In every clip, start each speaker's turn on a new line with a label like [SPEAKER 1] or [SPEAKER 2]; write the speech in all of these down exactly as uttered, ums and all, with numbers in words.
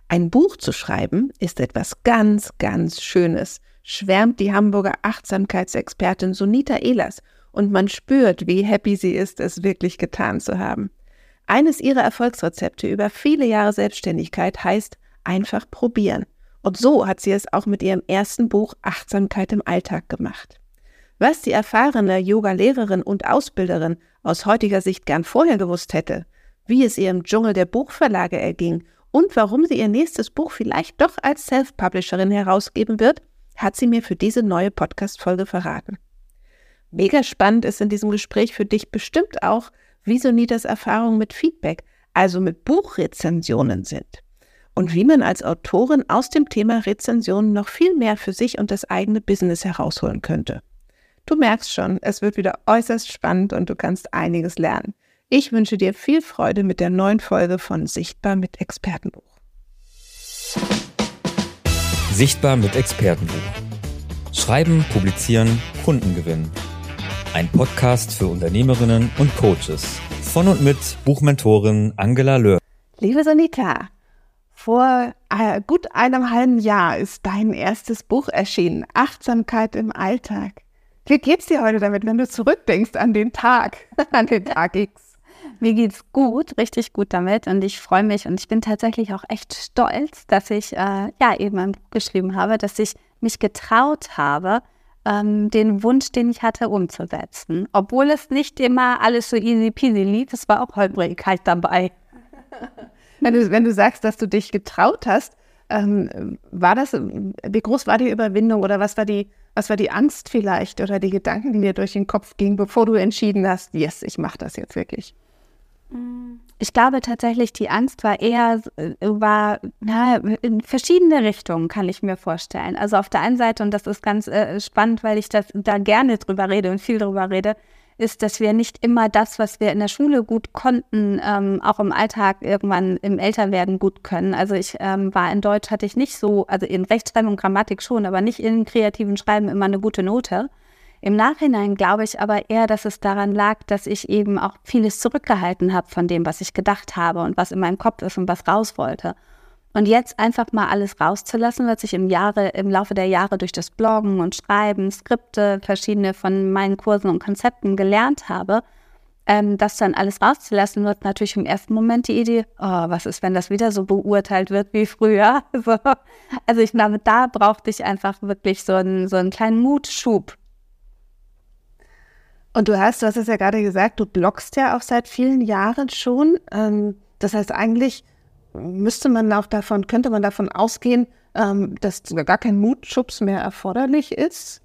[SPEAKER 1] Ein Buch zu schreiben ist etwas ganz, ganz Schönes, schwärmt die Hamburger Achtsamkeitsexpertin Sunita Ehlers und man spürt, wie happy sie ist, es wirklich getan zu haben. Eines ihrer Erfolgsrezepte über viele Jahre Selbstständigkeit heißt einfach probieren. Und so hat sie es auch mit ihrem ersten Buch Achtsamkeit im Alltag gemacht. Was die erfahrene Yoga-Lehrerin und Ausbilderin aus heutiger Sicht gern vorher gewusst hätte, wie es ihr im Dschungel der Buchverlage erging und warum sie ihr nächstes Buch vielleicht doch als Self-Publisherin herausgeben wird, hat sie mir für diese neue Podcast-Folge verraten. Mega spannend ist in diesem Gespräch für dich bestimmt auch, wie Sunitas Erfahrungen mit Feedback, also mit Buchrezensionen sind. Und wie man als Autorin aus dem Thema Rezensionen noch viel mehr für sich und das eigene Business herausholen könnte. Du merkst schon, es wird wieder äußerst spannend und du kannst einiges lernen. Ich wünsche dir viel Freude mit der neuen Folge von Sichtbar mit Expertenbuch.
[SPEAKER 2] Sichtbar mit Expertenbuch. Schreiben, publizieren, Kunden gewinnen. Ein Podcast für Unternehmerinnen und Coaches. Von und mit Buchmentorin Angela Löhr.
[SPEAKER 1] Liebe Sunita, vor äh, gut einem halben Jahr ist dein erstes Buch erschienen, Achtsamkeit im Alltag. Wie geht's dir heute damit, wenn du zurückdenkst an den Tag, an den Tag X?
[SPEAKER 3] Mir geht's gut, richtig gut damit und ich freue mich und ich bin tatsächlich auch echt stolz, dass ich äh, ja eben ein Buch geschrieben habe, dass ich mich getraut habe, ähm, den Wunsch, den ich hatte, umzusetzen. Obwohl es nicht immer alles so easy peasy lief, es war auch Holprigkeit dabei.
[SPEAKER 1] Wenn du, wenn du sagst, dass du dich getraut hast, ähm, war das, wie groß war die Überwindung oder was war die, was war die Angst vielleicht oder die Gedanken, die dir durch den Kopf gingen, bevor du entschieden hast, yes, ich mache das jetzt wirklich?
[SPEAKER 3] Ich glaube tatsächlich, die Angst war eher, war na, in verschiedene Richtungen, kann ich mir vorstellen. Also auf der einen Seite, und das ist ganz äh, spannend, weil ich das da gerne drüber rede und viel drüber rede, ist, dass wir nicht immer das, was wir in der Schule gut konnten, ähm, auch im Alltag irgendwann im Älterwerden gut können. Also ich ähm, war in Deutsch, hatte ich nicht so, also in Rechtschreibung und Grammatik schon, aber nicht in kreativen Schreiben immer eine gute Note. Im Nachhinein glaube ich aber eher, dass es daran lag, dass ich eben auch vieles zurückgehalten habe von dem, was ich gedacht habe und was in meinem Kopf ist und was raus wollte. Und jetzt einfach mal alles rauszulassen, was ich im, Jahre, im Laufe der Jahre durch das Bloggen und Schreiben, Skripte, verschiedene von meinen Kursen und Konzepten gelernt habe, ähm, das dann alles rauszulassen, wird natürlich im ersten Moment die Idee, oh, was ist, wenn das wieder so beurteilt wird wie früher? So. Also ich glaube, da brauchte ich einfach wirklich so einen, so einen kleinen Mutschub.
[SPEAKER 1] Und du hast, du hast es ja gerade gesagt, du bloggst ja auch seit vielen Jahren schon. Ähm, das heißt, eigentlich müsste man auch davon, könnte man davon ausgehen, ähm, dass gar kein Mutschubs mehr erforderlich ist.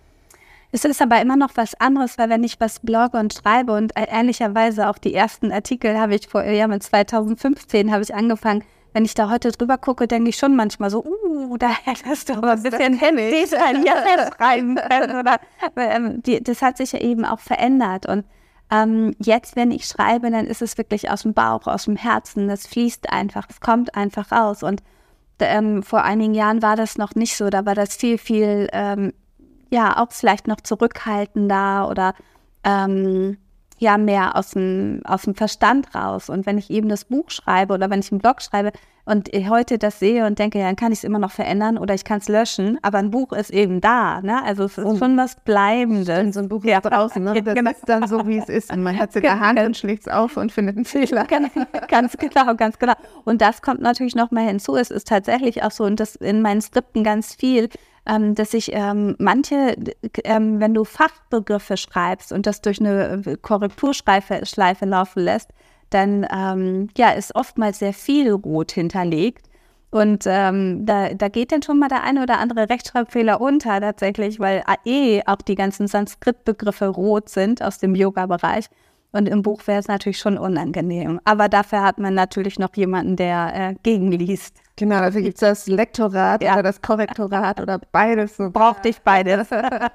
[SPEAKER 3] Es ist aber immer noch was anderes, weil wenn ich was blogge und schreibe und äh, ehrlicherweise auch die ersten Artikel habe ich vor, ja mit zweitausendfünfzehn habe ich angefangen. Wenn ich da heute drüber gucke, denke ich schon manchmal so, uh, da hättest du aber ein bisschen detailliert schreiben können. Oder, ähm, die, das hat sich ja eben auch verändert. Und ähm, jetzt, wenn ich schreibe, dann ist es wirklich aus dem Bauch, aus dem Herzen. Das fließt einfach, es kommt einfach raus. Und ähm, vor einigen Jahren war das noch nicht so. Da war das viel, viel, ähm, ja, auch vielleicht noch zurückhaltender oder ähm, ja mehr aus dem, aus dem Verstand raus. Und wenn ich eben das Buch schreibe oder wenn ich einen Blog schreibe und heute das sehe und denke, ja, dann kann ich es immer noch verändern oder ich kann es löschen, aber ein Buch ist eben da, ne? Also es ist schon was Bleibendes.
[SPEAKER 1] So ein Buch ist draußen, ne? Das genau. Ist dann so, wie es ist. Und man hat es in der Hand und schlägt es auf und findet einen Fehler.
[SPEAKER 3] Ganz, ganz genau, ganz genau. Und das kommt natürlich noch mal hinzu. Es ist tatsächlich auch so, und das in meinen Skripten ganz viel, Ähm, dass ich ähm, manche, ähm, wenn du Fachbegriffe schreibst und das durch eine Korrekturschleife Schleife laufen lässt, dann ähm, ja, ist oftmals sehr viel rot hinterlegt. Und ähm, da, da geht dann schon mal der eine oder andere Rechtschreibfehler unter tatsächlich, weil eh auch die ganzen Sanskrit-Begriffe rot sind aus dem Yoga-Bereich. Und im Buch wäre es natürlich schon unangenehm. Aber dafür hat man natürlich noch jemanden, der äh, gegenliest.
[SPEAKER 1] Genau, also gibt es das Lektorat ja. oder das Korrektorat oder beides. So.
[SPEAKER 3] Brauchte ich beides.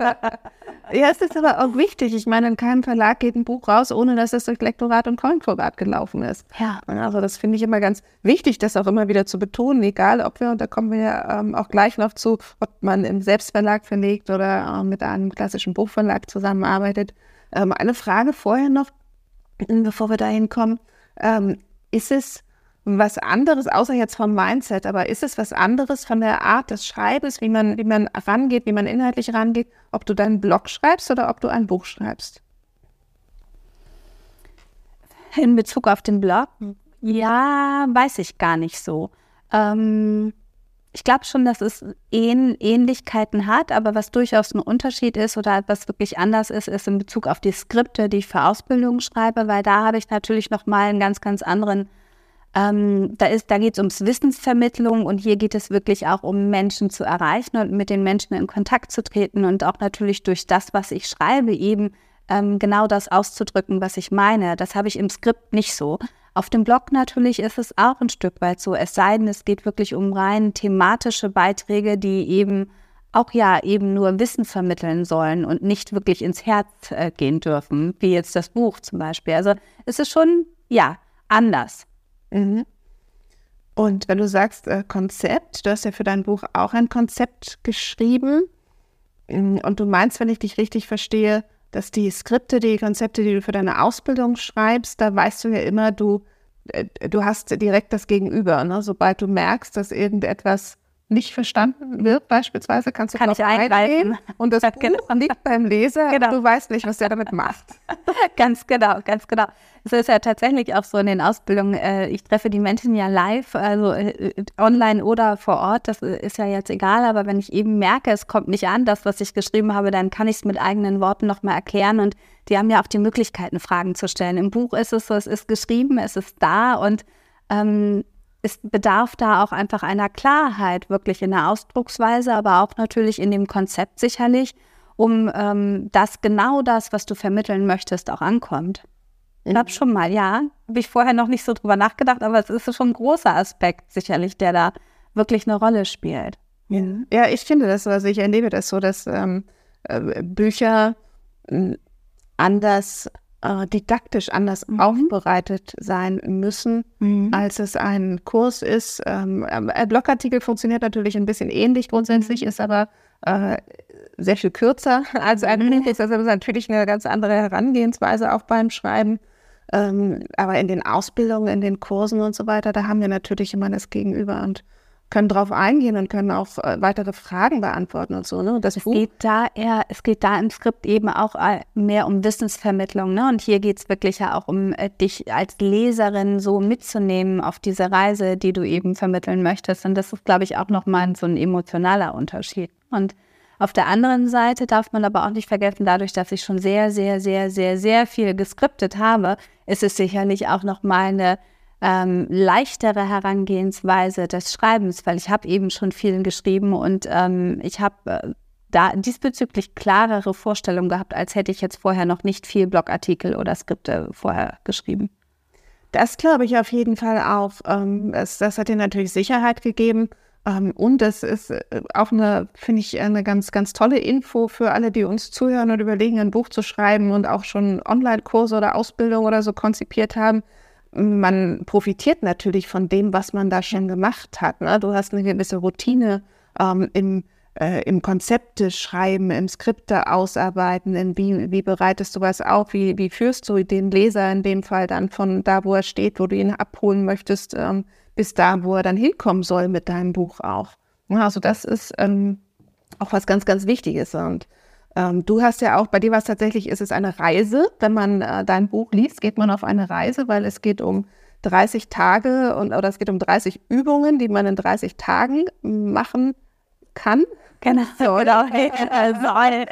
[SPEAKER 1] Ja, es ist aber auch wichtig. Ich meine, in keinem Verlag geht ein Buch raus, ohne dass es durch Lektorat und Korrektorat gelaufen ist.
[SPEAKER 3] Ja.
[SPEAKER 1] Also das finde ich immer ganz wichtig, das auch immer wieder zu betonen, egal ob wir, und da kommen wir ja ähm, auch gleich noch zu, ob man im Selbstverlag verlegt oder äh, mit einem klassischen Buchverlag zusammenarbeitet. Ähm, eine Frage vorher noch, bevor wir dahin kommen, ähm, ist es was anderes, außer jetzt vom Mindset, aber ist es was anderes von der Art des Schreibens, wie man, wie man rangeht, wie man inhaltlich rangeht, ob du deinen Blog schreibst oder ob du ein Buch schreibst?
[SPEAKER 3] In Bezug auf den Blog? Ja, weiß ich gar nicht so. Ähm, ich glaube schon, dass es Ähn- Ähnlichkeiten hat, aber was durchaus ein Unterschied ist oder was wirklich anders ist, ist in Bezug auf die Skripte, die ich für Ausbildungen schreibe, weil da habe ich natürlich nochmal einen ganz, ganz anderen, ähm, da ist, da geht es ums Wissensvermittlung und hier geht es wirklich auch um Menschen zu erreichen und mit den Menschen in Kontakt zu treten und auch natürlich durch das, was ich schreibe, eben ähm, genau das auszudrücken, was ich meine. Das habe ich im Skript nicht so. Auf dem Blog natürlich ist es auch ein Stück weit so, es sei denn, es geht wirklich um rein thematische Beiträge, die eben auch ja eben nur Wissen vermitteln sollen und nicht wirklich ins Herz äh, gehen dürfen, wie jetzt das Buch zum Beispiel. Also es ist schon, ja, anders.
[SPEAKER 1] Mhm. Und wenn du sagst äh, Konzept, du hast ja für dein Buch auch ein Konzept geschrieben und du meinst, wenn ich dich richtig verstehe, dass die Skripte, die Konzepte, die du für deine Ausbildung schreibst, da weißt du ja immer, du, äh, du hast direkt das Gegenüber. Ne? Sobald du merkst, dass irgendetwas nicht verstanden wird, beispielsweise, kannst du
[SPEAKER 3] Kann ich eingreifen.
[SPEAKER 1] Und das Buch
[SPEAKER 3] genau.
[SPEAKER 1] liegt beim Leser,
[SPEAKER 3] genau.
[SPEAKER 1] Du weißt nicht, was der damit macht.
[SPEAKER 3] Ganz genau, ganz genau. Es ist ja tatsächlich auch so in den Ausbildungen, äh, ich treffe die Menschen ja live, also äh, online oder vor Ort, das ist ja jetzt egal, aber wenn ich eben merke, es kommt nicht an, das, was ich geschrieben habe, dann kann ich es mit eigenen Worten nochmal erklären und die haben ja auch die Möglichkeiten, Fragen zu stellen. Im Buch ist es so, es ist geschrieben, es ist da und ähm, es bedarf da auch einfach einer Klarheit, wirklich in der Ausdrucksweise, aber auch natürlich in dem Konzept sicherlich, um ähm, dass genau das, was du vermitteln möchtest, auch ankommt. Ich glaube schon mal, ja. Habe ich vorher noch nicht so drüber nachgedacht, aber es ist schon ein großer Aspekt sicherlich, der da wirklich eine Rolle spielt.
[SPEAKER 1] Ja, ja, ich finde das so, also ich erlebe das so, dass ähm, äh, Bücher äh, anders äh, didaktisch anders mhm. aufbereitet sein müssen, mhm. als es ein Kurs ist. Ähm, ein Blogartikel funktioniert natürlich ein bisschen ähnlich grundsätzlich, ist aber äh, sehr viel kürzer als ein Buch. Das ist also natürlich eine ganz andere Herangehensweise auch beim Schreiben. Ähm, aber in den Ausbildungen, in den Kursen und so weiter, da haben wir natürlich immer das Gegenüber und können drauf eingehen und können auch äh, weitere Fragen beantworten und so. Ne? Und das
[SPEAKER 3] es,
[SPEAKER 1] Buch
[SPEAKER 3] geht da eher, es geht da im Skript eben auch mehr um Wissensvermittlung. Ne? Und hier geht es wirklich ja auch um äh, dich als Leserin so mitzunehmen auf diese Reise, die du eben vermitteln möchtest. Und das ist, glaube ich, auch nochmal so ein emotionaler Unterschied. Und auf der anderen Seite darf man aber auch nicht vergessen, dadurch, dass ich schon sehr, sehr, sehr, sehr, sehr viel geskriptet habe, ist es sicherlich auch nochmal eine Ähm, leichtere Herangehensweise des Schreibens, weil ich habe eben schon viel geschrieben und ähm, ich habe äh, da diesbezüglich klarere Vorstellungen gehabt, als hätte ich jetzt vorher noch nicht viel Blogartikel oder Skripte vorher geschrieben.
[SPEAKER 1] Das glaube ich auf jeden Fall auch. Ähm, es, das hat dir natürlich Sicherheit gegeben ähm, und das ist auch eine, finde ich, eine ganz, ganz tolle Info für alle, die uns zuhören und überlegen, ein Buch zu schreiben und auch schon Online-Kurse oder Ausbildung oder so konzipiert haben. Man profitiert natürlich von dem, was man da schon gemacht hat. Ne? Du hast eine gewisse Routine ähm, im, äh, im Konzepte schreiben, im Skripte ausarbeiten, in wie, wie bereitest du was auf, wie, wie führst du den Leser in dem Fall dann von da, wo er steht, wo du ihn abholen möchtest, ähm, bis da, wo er dann hinkommen soll mit deinem Buch auch. Ja, also das ist ähm, auch was ganz, ganz Wichtiges. Und Ähm, du hast ja auch, bei dir war es tatsächlich, ist es eine Reise. Wenn man äh, dein Buch liest, geht man auf eine Reise, weil es geht um dreißig Tage und oder es geht um dreißig Übungen, die man in dreißig Tagen machen kann.
[SPEAKER 3] Genau, soll. soll.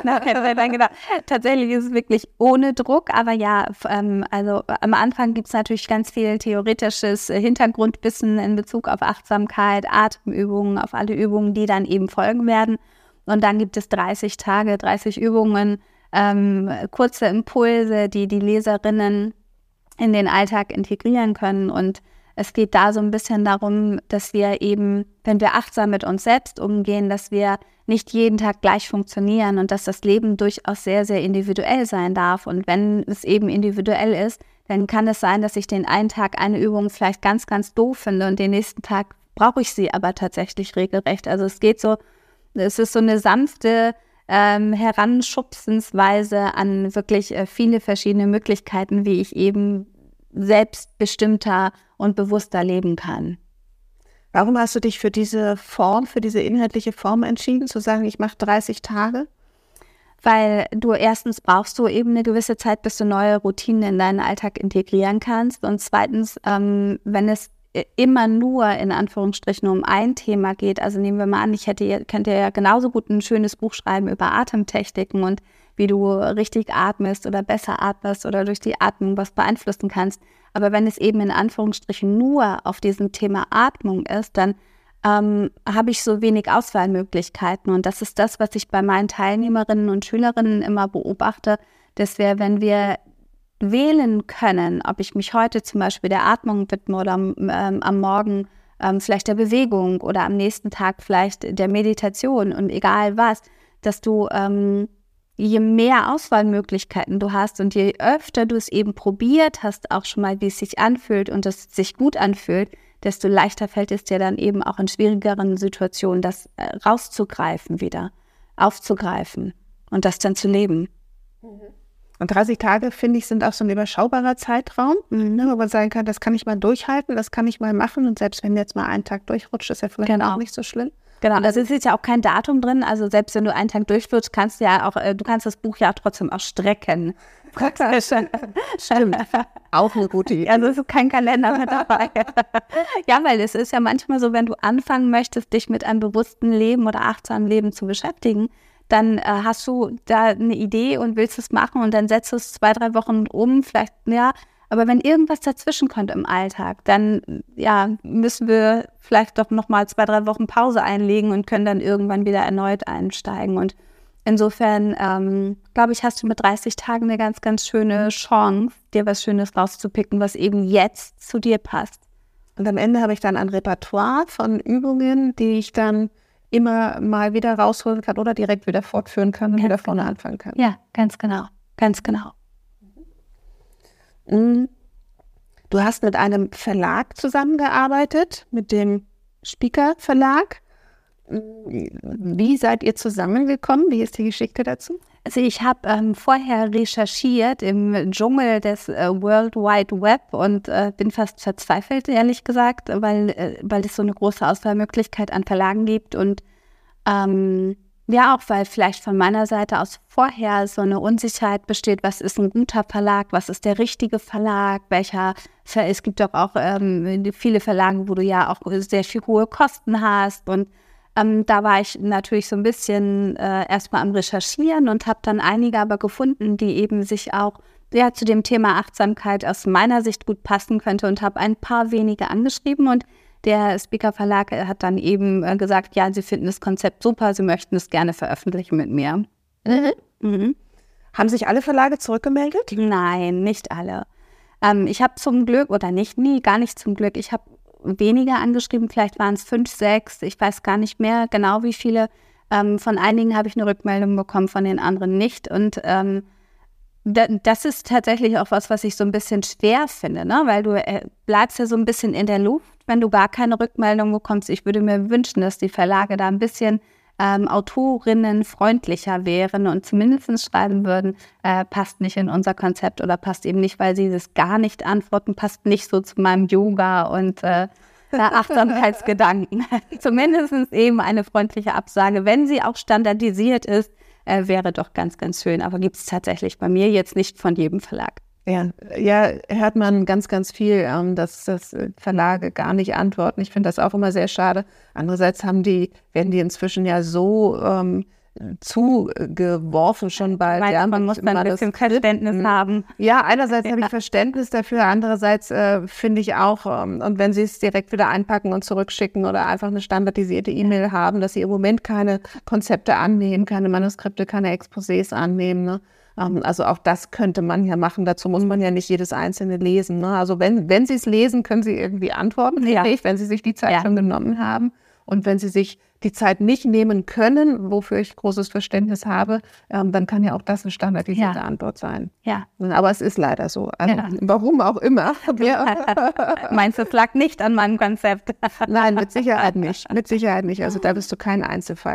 [SPEAKER 3] genau. Tatsächlich ist es wirklich ohne Druck, aber ja, ähm, also am Anfang gibt es natürlich ganz viel theoretisches Hintergrundwissen in Bezug auf Achtsamkeit, Atemübungen, auf alle Übungen, die dann eben folgen werden. Und dann gibt es dreißig Tage, dreißig Übungen, ähm, kurze Impulse, die die Leserinnen in den Alltag integrieren können. Und es geht da so ein bisschen darum, dass wir eben, wenn wir achtsam mit uns selbst umgehen, dass wir nicht jeden Tag gleich funktionieren und dass das Leben durchaus sehr, sehr individuell sein darf. Und wenn es eben individuell ist, dann kann es sein, dass ich den einen Tag eine Übung vielleicht ganz, ganz doof finde und den nächsten Tag brauche ich sie aber tatsächlich regelrecht. Also es geht so, es ist so eine sanfte ähm, Heranschubsensweise an wirklich äh, viele verschiedene Möglichkeiten, wie ich eben selbstbestimmter und bewusster leben kann.
[SPEAKER 1] Warum hast du dich für diese Form, für diese inhaltliche Form entschieden, zu sagen, ich mache dreißig Tage?
[SPEAKER 3] Weil du erstens brauchst du eben eine gewisse Zeit, bis du neue Routinen in deinen Alltag integrieren kannst. Und zweitens, ähm, wenn es immer nur in Anführungsstrichen um ein Thema geht, also nehmen wir mal an, ich hätte, könnte ja genauso gut ein schönes Buch schreiben über Atemtechniken und wie du richtig atmest oder besser atmest oder durch die Atmung was beeinflussen kannst. Aber wenn es eben in Anführungsstrichen nur auf diesem Thema Atmung ist, dann ähm, habe ich so wenig Auswahlmöglichkeiten. Und das ist das, was ich bei meinen Teilnehmerinnen und Schülerinnen immer beobachte, dass wir, wenn wir wählen können, ob ich mich heute zum Beispiel der Atmung widme oder ähm, am Morgen ähm, vielleicht der Bewegung oder am nächsten Tag vielleicht der Meditation und egal was, dass du ähm, je mehr Auswahlmöglichkeiten du hast und je öfter du es eben probiert hast, auch schon mal, wie es sich anfühlt und es sich gut anfühlt, desto leichter fällt es dir dann eben auch in schwierigeren Situationen, das äh, rauszugreifen wieder, aufzugreifen und das dann zu leben.
[SPEAKER 1] Und dreißig Tage, finde ich, sind auch so ein überschaubarer Zeitraum, mhm. ne, wo man sagen kann, das kann ich mal durchhalten, das kann ich mal machen und selbst wenn jetzt mal ein Tag durchrutscht, ist ja vielleicht
[SPEAKER 3] genau.
[SPEAKER 1] auch nicht so schlimm.
[SPEAKER 3] Genau, also es ist ja auch kein Datum drin, also selbst wenn du einen Tag durchflutschst, kannst du ja auch, äh, du kannst das Buch ja trotzdem auch strecken.
[SPEAKER 1] Stimmt, auch eine gute Idee.
[SPEAKER 3] Also es ist kein Kalender mehr dabei. Ja, weil es ist ja manchmal so, wenn du anfangen möchtest, dich mit einem bewussten Leben oder achtsamen Leben zu beschäftigen, dann äh, hast du da eine Idee und willst es machen und dann setzt du es zwei, drei Wochen um, vielleicht, ja, aber wenn irgendwas dazwischen kommt im Alltag, dann ja, müssen wir vielleicht doch nochmal zwei, drei Wochen Pause einlegen und können dann irgendwann wieder erneut einsteigen. Und insofern, ähm, glaube ich, hast du mit dreißig Tagen eine ganz, ganz schöne Chance, dir was Schönes rauszupicken, was eben jetzt zu dir passt.
[SPEAKER 1] Und am Ende habe ich dann ein Repertoire von Übungen, die ich dann immer mal wieder rausholen kann oder direkt wieder fortführen kann und ganz wieder vorne
[SPEAKER 3] genau.
[SPEAKER 1] anfangen kann.
[SPEAKER 3] Ja, ganz genau, ganz genau.
[SPEAKER 1] Du hast mit einem Verlag zusammengearbeitet, mit dem Spica Verlag. Wie seid ihr zusammengekommen? Wie ist die Geschichte dazu?
[SPEAKER 3] Also ich habe ähm, vorher recherchiert im Dschungel des äh, World Wide Web und äh, bin fast verzweifelt, ehrlich gesagt, weil, äh, weil es so eine große Auswahlmöglichkeit an Verlagen gibt und ähm, ja, auch weil vielleicht von meiner Seite aus vorher so eine Unsicherheit besteht, was ist ein guter Verlag, was ist der richtige Verlag, welcher, es gibt doch auch ähm, viele Verlage, wo du ja auch sehr viel hohe Kosten hast und ähm, da war ich natürlich so ein bisschen äh, erstmal am Recherchieren und habe dann einige aber gefunden, die eben sich auch ja, zu dem Thema Achtsamkeit aus meiner Sicht gut passen könnte und habe ein paar wenige angeschrieben und der Spica Verlag hat dann eben äh, gesagt, ja, sie finden das Konzept super, sie möchten es gerne veröffentlichen mit mir.
[SPEAKER 1] Mhm. Mhm. Haben sich alle Verlage zurückgemeldet?
[SPEAKER 3] Nein, nicht alle. Ähm, ich habe zum Glück, oder nicht, nie, gar nicht zum Glück, ich habe weniger angeschrieben, vielleicht waren es fünf, sechs, ich weiß gar nicht mehr genau wie viele. Ähm, von einigen habe ich eine Rückmeldung bekommen, von den anderen nicht und ähm, das ist tatsächlich auch was, was ich so ein bisschen schwer finde, ne? Weil du äh, bleibst ja so ein bisschen in der Luft, wenn du gar keine Rückmeldung bekommst. Ich würde mir wünschen, dass die Verlage da ein bisschen ähm, autorinnenfreundlicher wären und zumindest schreiben würden, äh, passt nicht in unser Konzept oder passt eben nicht, weil sie das gar nicht antworten, passt nicht so zu meinem Yoga und äh, Achtsamkeitsgedanken. Zumindest eben eine freundliche Absage, wenn sie auch standardisiert ist, Äh, wäre doch ganz, ganz schön. Aber gibt es tatsächlich bei mir jetzt nicht von jedem Verlag.
[SPEAKER 1] Ja, ja, hört man ganz, ganz viel, ähm, dass, dass Verlage gar nicht antworten. Ich finde das auch immer sehr schade. Andererseits haben die, werden die inzwischen ja so ähm, zugeworfen schon bald.
[SPEAKER 3] Meinst,
[SPEAKER 1] ja,
[SPEAKER 3] man muss dann ein bisschen Verständnis
[SPEAKER 1] mhm.
[SPEAKER 3] haben.
[SPEAKER 1] Ja, einerseits
[SPEAKER 3] ja.
[SPEAKER 1] habe ich Verständnis dafür, andererseits äh, finde ich auch, ähm, und wenn sie es direkt wieder einpacken und zurückschicken oder einfach eine standardisierte E-Mail haben, dass sie im Moment keine Konzepte annehmen, keine Manuskripte, keine Exposés annehmen, ne? ähm, also auch das könnte man ja machen, dazu muss man ja nicht jedes einzelne lesen, ne? Also wenn, wenn sie es lesen, können sie irgendwie antworten,
[SPEAKER 3] ja.
[SPEAKER 1] nicht, wenn sie sich die Zeit
[SPEAKER 3] ja.
[SPEAKER 1] schon genommen haben. Und wenn sie sich die Zeit nicht nehmen können, wofür ich großes Verständnis habe, ähm, dann kann ja auch das eine standardisierte
[SPEAKER 3] ja.
[SPEAKER 1] Antwort sein.
[SPEAKER 3] Ja.
[SPEAKER 1] Aber es ist leider so. Also,
[SPEAKER 3] ja.
[SPEAKER 1] Warum auch immer.
[SPEAKER 3] Meinst du, es lag nicht an meinem Konzept?
[SPEAKER 1] Nein, mit Sicherheit nicht. Mit Sicherheit nicht. Also da bist du kein Einzelfall.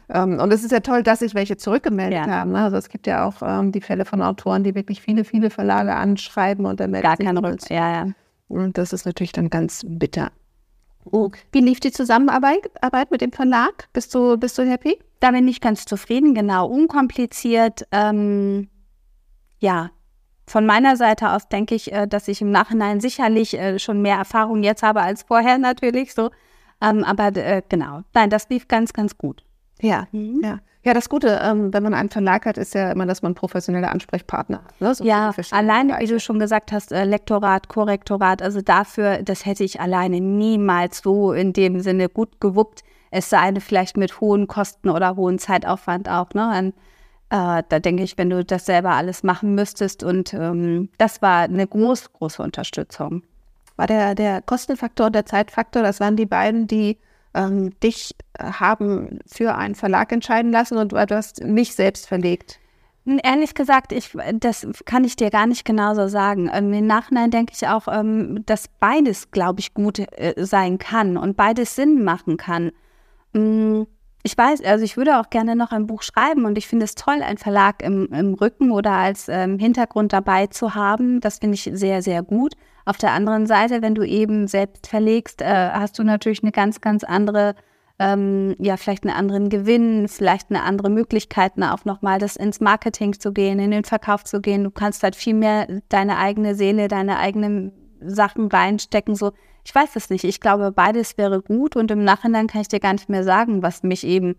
[SPEAKER 1] Ähm, und es ist ja toll, dass sich welche zurückgemeldet
[SPEAKER 3] Ja.
[SPEAKER 1] haben. Ne? Also es gibt ja auch ähm, die Fälle von Autoren, die wirklich viele, viele Verlage anschreiben und dann meldet
[SPEAKER 3] Gar
[SPEAKER 1] sich
[SPEAKER 3] kein
[SPEAKER 1] niemand.
[SPEAKER 3] Rück. Ja, ja.
[SPEAKER 1] Und das ist natürlich dann ganz bitter. Oh. Wie lief die Zusammenarbeit Arbeit mit dem Verlag? Bist du, bist du happy?
[SPEAKER 3] Da bin ich ganz zufrieden, genau, unkompliziert. Ähm, ja, von meiner Seite aus denke ich, äh, dass ich im Nachhinein sicherlich äh, schon mehr Erfahrung jetzt habe als vorher natürlich so. Ähm, aber äh, genau, nein, das lief ganz, ganz gut.
[SPEAKER 1] Ja,
[SPEAKER 3] Mhm.
[SPEAKER 1] ja. Ja, das Gute, ähm, wenn man einen Verlag hat, ist ja immer, dass man professionelle Ansprechpartner hat. Ne? So
[SPEAKER 3] Ja,
[SPEAKER 1] für die verschiedenen
[SPEAKER 3] alleine, wie
[SPEAKER 1] Bereiche.
[SPEAKER 3] du schon gesagt hast, äh, Lektorat, Korrektorat, also dafür, das hätte ich alleine niemals so in dem Sinne gut gewuppt, es sei denn vielleicht mit hohen Kosten oder hohen Zeitaufwand auch, ne? Und, äh, da denke ich, wenn du das selber alles machen müsstest und ähm, das war eine große, große Unterstützung.
[SPEAKER 1] War der, der Kostenfaktor und der Zeitfaktor, das waren die beiden, die ähm, dich äh, haben für einen Verlag entscheiden lassen und du hast nicht selbst verlegt.
[SPEAKER 3] Ehrlich gesagt, ich, das kann ich dir gar nicht genauso sagen. Ähm, Im Nachhinein denke ich auch, ähm, dass beides, glaube ich, gut äh, sein kann und beides Sinn machen kann. Ähm, ich weiß, also ich würde auch gerne noch ein Buch schreiben und ich finde es toll, einen Verlag im, im Rücken oder als ähm, Hintergrund dabei zu haben. Das finde ich sehr, sehr gut. Auf der anderen Seite, wenn du eben selbst verlegst, äh, hast du natürlich eine ganz, ganz andere Ähm, ja, vielleicht einen anderen Gewinn, vielleicht eine andere Möglichkeit, auch nochmal das ins Marketing zu gehen, in den Verkauf zu gehen. Du kannst halt viel mehr deine eigene Seele, deine eigenen Sachen reinstecken. So, ich weiß es nicht. Ich glaube, beides wäre gut und im Nachhinein kann ich dir gar nicht mehr sagen, was mich eben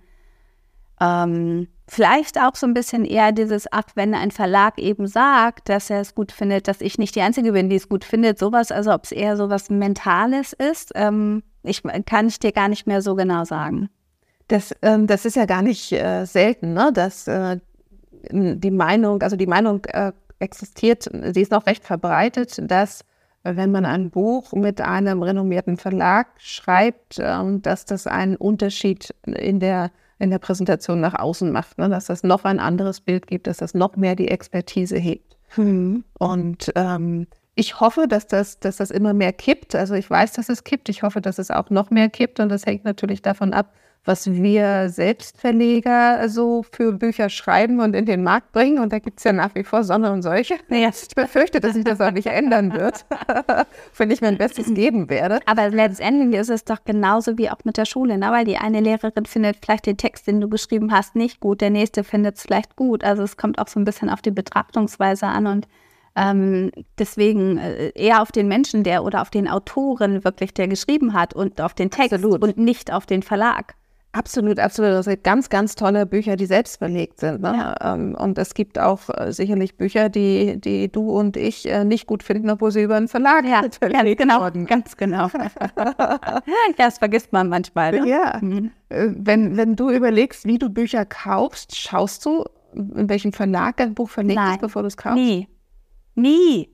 [SPEAKER 3] ähm, vielleicht auch so ein bisschen eher dieses, ach, wenn ein Verlag eben sagt, dass er es gut findet, dass ich nicht die Einzige bin, die es gut findet, sowas, also ob es eher sowas Mentales ist, ähm, ich kann ich dir gar nicht mehr so genau sagen.
[SPEAKER 1] Das, ähm, das ist ja gar nicht äh, selten, ne? Dass äh, die Meinung, also die Meinung äh, existiert, sie ist noch recht verbreitet, dass äh, wenn man ein Buch mit einem renommierten Verlag schreibt, ähm, dass das einen Unterschied in der, in der Präsentation nach außen macht, ne? Dass das noch ein anderes Bild gibt, dass das noch mehr die Expertise hebt.
[SPEAKER 3] Hm.
[SPEAKER 1] Und ähm, ich hoffe, dass das, dass das immer mehr kippt. Also ich weiß, dass es kippt. Ich hoffe, dass es auch noch mehr kippt. Und das hängt natürlich davon ab, was wir Selbstverleger so für Bücher schreiben und in den Markt bringen. Und da gibt es ja nach wie vor Sonne und Seuche.
[SPEAKER 3] Ja.
[SPEAKER 1] Ich befürchte, dass sich das auch nicht ändern wird, wenn ich mein Bestes geben werde.
[SPEAKER 3] Aber letztendlich ist es doch genauso wie auch mit der Schule, ne? Weil die eine Lehrerin findet vielleicht den Text, den du geschrieben hast, nicht gut, der nächste findet es vielleicht gut. Also es kommt auch so ein bisschen auf die Betrachtungsweise an und Ähm, deswegen äh, eher auf den Menschen, der oder auf den Autoren wirklich, der geschrieben hat und auf den Text
[SPEAKER 1] Absolut.
[SPEAKER 3] Und nicht auf den Verlag.
[SPEAKER 1] Absolut, absolut. Es gibt ganz, ganz tolle Bücher, die selbst verlegt sind. Ne?
[SPEAKER 3] Ja.
[SPEAKER 1] Ähm, Und es gibt auch äh, sicherlich Bücher, die, die du und ich äh, nicht gut finden, obwohl sie über einen Verlag
[SPEAKER 3] Ja,
[SPEAKER 1] verlegt
[SPEAKER 3] genau,
[SPEAKER 1] wurden.
[SPEAKER 3] ganz genau. Ja, das vergisst man manchmal. Ne?
[SPEAKER 1] Ja,
[SPEAKER 3] Mhm.
[SPEAKER 1] äh, wenn, wenn du überlegst, wie du Bücher kaufst, schaust du, in welchem Verlag ein Buch verlegt
[SPEAKER 3] Nein.
[SPEAKER 1] ist, bevor du es kaufst?
[SPEAKER 3] Nie. Nie.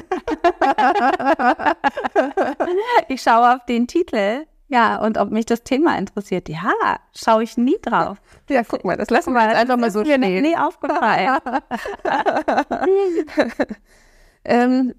[SPEAKER 3] Ich schaue auf den Titel, ja, und ob mich das Thema interessiert. Ja, schaue ich nie drauf.
[SPEAKER 1] Ja, guck mal, das lassen wir jetzt einfach mal so
[SPEAKER 3] Mir noch
[SPEAKER 1] stehen.
[SPEAKER 3] nie aufgefallen.
[SPEAKER 1] ähm,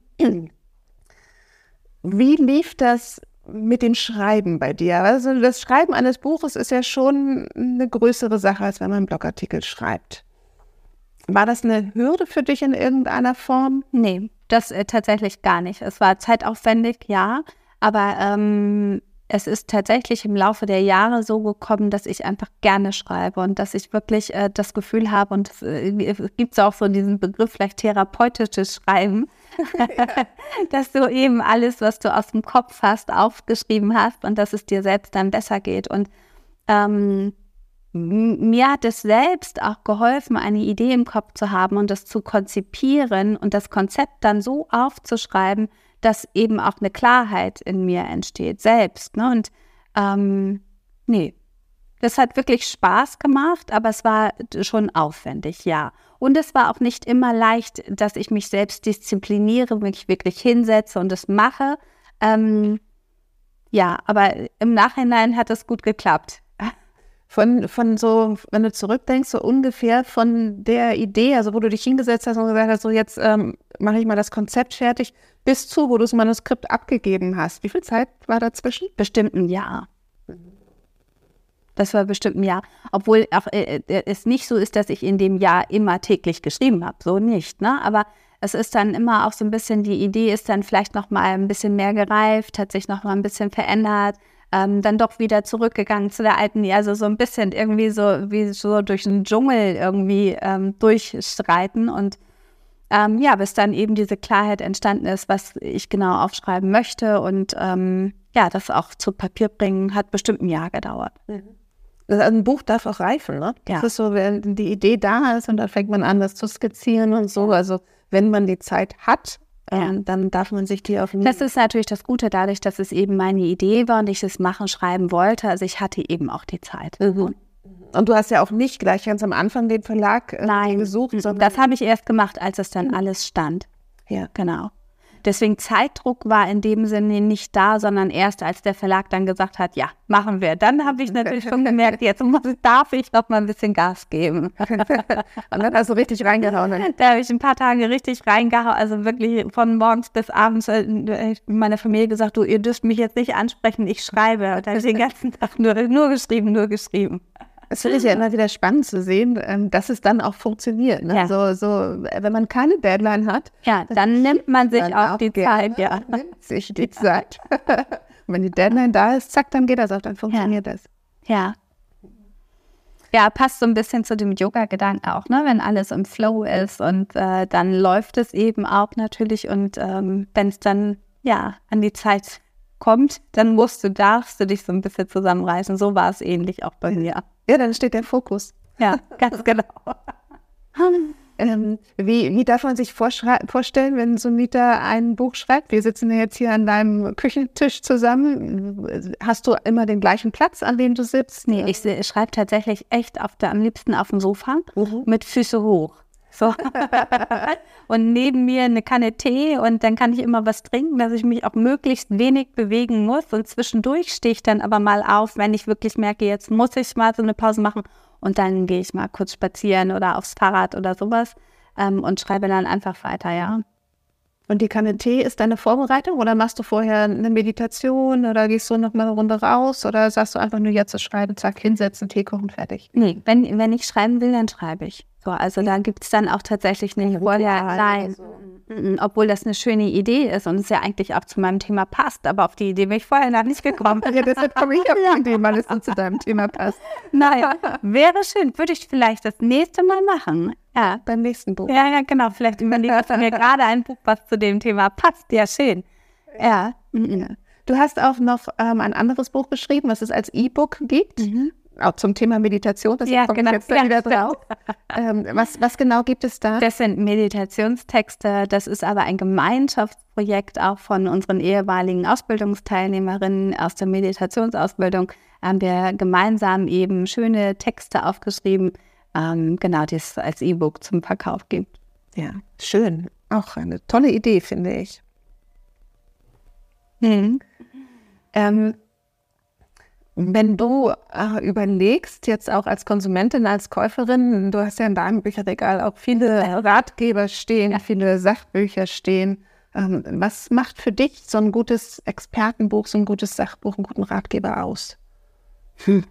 [SPEAKER 1] wie lief das mit dem Schreiben bei dir? Also das Schreiben eines Buches ist ja schon eine größere Sache, als wenn man einen Blogartikel schreibt. War das eine Hürde für dich in irgendeiner Form?
[SPEAKER 3] Nee, das äh, tatsächlich gar nicht. Es war zeitaufwendig, ja, aber ähm, es ist tatsächlich im Laufe der Jahre so gekommen, dass ich einfach gerne schreibe und dass ich wirklich äh, das Gefühl habe, und es äh, gibt auch so diesen Begriff, vielleicht therapeutisches Schreiben, dass du eben alles, was du aus dem Kopf hast, aufgeschrieben hast und dass es dir selbst dann besser geht. Und ähm, mir hat es selbst auch geholfen, eine Idee im Kopf zu haben und das zu konzipieren und das Konzept dann so aufzuschreiben, dass eben auch eine Klarheit in mir entsteht, selbst. Ne? Und ähm, nee, das hat wirklich Spaß gemacht, aber es war schon aufwendig, ja. Und es war auch nicht immer leicht, dass ich mich selbst diszipliniere, mich wirklich hinsetze und es mache. Ähm, ja, aber im Nachhinein hat es gut geklappt.
[SPEAKER 1] Von, von so, wenn du zurückdenkst, so ungefähr von der Idee, also wo du dich hingesetzt hast und gesagt hast, so jetzt ähm, mache ich mal das Konzept fertig, bis zu, wo du das Manuskript abgegeben hast. Wie viel Zeit war dazwischen?
[SPEAKER 3] Bestimmt ein Jahr. Das war bestimmt ein Jahr. Obwohl auch äh, es nicht so ist, dass ich in dem Jahr immer täglich geschrieben habe. So nicht, ne? Aber es ist dann immer auch so ein bisschen, die Idee ist dann vielleicht noch mal ein bisschen mehr gereift, hat sich noch mal ein bisschen verändert, ähm, dann doch wieder zurückgegangen zu der alten, also so ein bisschen irgendwie so wie so durch den Dschungel irgendwie ähm, durchstreiten und ähm, ja, bis dann eben diese Klarheit entstanden ist, was ich genau aufschreiben möchte und ähm, ja, das auch zu Papier bringen, hat bestimmt ein Jahr gedauert.
[SPEAKER 1] Mhm. Also ein Buch darf auch reifen, ne? Das
[SPEAKER 3] Ja.
[SPEAKER 1] ist so, wenn die Idee da ist und dann fängt man an, das zu skizzieren und so. Also wenn man die Zeit hat,
[SPEAKER 3] Ja.
[SPEAKER 1] ähm, dann darf man sich die auf den...
[SPEAKER 3] Das ist natürlich das Gute, dadurch, dass es eben meine Idee war und ich es machen, schreiben wollte. Also ich hatte eben auch die Zeit.
[SPEAKER 1] Mhm. Und du hast ja auch nicht gleich ganz am Anfang den Verlag äh,
[SPEAKER 3] Nein,
[SPEAKER 1] gesucht, sondern...
[SPEAKER 3] das habe ich erst gemacht, als es dann alles stand.
[SPEAKER 1] Ja.
[SPEAKER 3] Genau. Deswegen Zeitdruck war in dem Sinne nicht da, sondern erst als der Verlag dann gesagt hat, ja, machen wir. Dann habe ich natürlich schon gemerkt, jetzt muss, darf ich noch mal ein bisschen Gas geben.
[SPEAKER 1] Und dann hast du richtig reingehauen.
[SPEAKER 3] Da habe ich ein paar Tage richtig reingehauen, also wirklich von morgens bis abends äh, meiner Familie gesagt, du, ihr dürft mich jetzt nicht ansprechen, ich schreibe. Und da habe ich den ganzen Tag nur, nur geschrieben, nur geschrieben.
[SPEAKER 1] Das finde ich ja immer wieder spannend zu sehen, ähm, dass es dann auch funktioniert. Ne?
[SPEAKER 3] Ja.
[SPEAKER 1] So, so, äh, wenn man keine Deadline hat,
[SPEAKER 3] Ja, dann nimmt man sich
[SPEAKER 1] dann
[SPEAKER 3] auch die
[SPEAKER 1] gerne,
[SPEAKER 3] Zeit, ja.
[SPEAKER 1] nimmt sich die Zeit. Und wenn die Deadline da ist, zack, dann geht das auch, dann funktioniert das.
[SPEAKER 3] Ja. Ja, passt so ein bisschen zu dem Yoga-Gedanken auch, ne? Wenn alles im Flow ist und äh, dann läuft es eben auch natürlich und ähm, wenn es dann ja an die Zeit kommt, dann musst du, darfst du dich so ein bisschen zusammenreißen. So war es ähnlich auch bei mir.
[SPEAKER 1] Ja, dann steht der Fokus.
[SPEAKER 3] Ja, ganz genau.
[SPEAKER 1] Ähm, wie, wie darf man sich vorstellen, wenn Sunita ein Buch schreibt? Wir sitzen ja jetzt hier an deinem Küchentisch zusammen. Hast du immer den gleichen Platz, an dem du sitzt?
[SPEAKER 3] Nee, ich, ich schreibe tatsächlich echt auf der, am liebsten auf dem Sofa
[SPEAKER 1] Mhm.
[SPEAKER 3] mit Füße hoch. So. Und neben mir eine Kanne Tee und dann kann ich immer was trinken, dass ich mich auch möglichst wenig bewegen muss. Und zwischendurch stehe ich dann aber mal auf, wenn ich wirklich merke, jetzt muss ich mal so eine Pause machen. Und dann gehe ich mal kurz spazieren oder aufs Fahrrad oder sowas ähm, und schreibe dann einfach weiter, ja.
[SPEAKER 1] Und die Kanne Tee ist deine Vorbereitung oder machst du vorher eine Meditation oder gehst du noch mal eine Runde raus oder sagst du einfach nur jetzt das Schreiben, zack, hinsetzen, Tee kochen, fertig?
[SPEAKER 3] Nee, wenn, wenn ich schreiben will, dann schreibe ich. So, also da gibt es dann auch tatsächlich nicht vorher, nein, mm, mm, obwohl das eine schöne Idee ist und es ja eigentlich auch zu meinem Thema passt, aber auf die Idee bin ich vorher noch nicht gekommen.
[SPEAKER 1] Ja, deshalb komme ich auf die Idee, weil es so zu deinem Thema passt.
[SPEAKER 3] Naja, wäre schön, würde ich vielleicht das nächste Mal machen. Ja,
[SPEAKER 1] Beim nächsten Buch.
[SPEAKER 3] ja, ja, genau, vielleicht überlege ich mir gerade ein Buch, was zu dem Thema passt. Ja, schön. Ja. Mhm.
[SPEAKER 1] Du hast auch noch ähm, ein anderes Buch geschrieben, was es als E-Book gibt.
[SPEAKER 3] Mhm.
[SPEAKER 1] Auch zum Thema Meditation, das
[SPEAKER 3] Ja,
[SPEAKER 1] kommt
[SPEAKER 3] genau.
[SPEAKER 1] jetzt da
[SPEAKER 3] Ja,
[SPEAKER 1] wieder drauf. ähm, was, was genau gibt es da?
[SPEAKER 3] Das sind Meditationstexte, das ist aber ein Gemeinschaftsprojekt auch von unseren ehemaligen Ausbildungsteilnehmerinnen aus der Meditationsausbildung. Haben wir gemeinsam eben schöne Texte aufgeschrieben, ähm, genau, die es als E-Book zum Verkauf gibt.
[SPEAKER 1] Ja, schön. Auch eine tolle Idee, finde ich.
[SPEAKER 3] Mhm.
[SPEAKER 1] Ähm, wenn du äh, überlegst, jetzt auch als Konsumentin, als Käuferin, du hast ja in deinem Bücherregal auch viele Ratgeber stehen, viele Sachbücher stehen. Ähm, was macht für dich so ein gutes Expertenbuch, so ein gutes Sachbuch, einen guten Ratgeber aus?
[SPEAKER 3] Hm.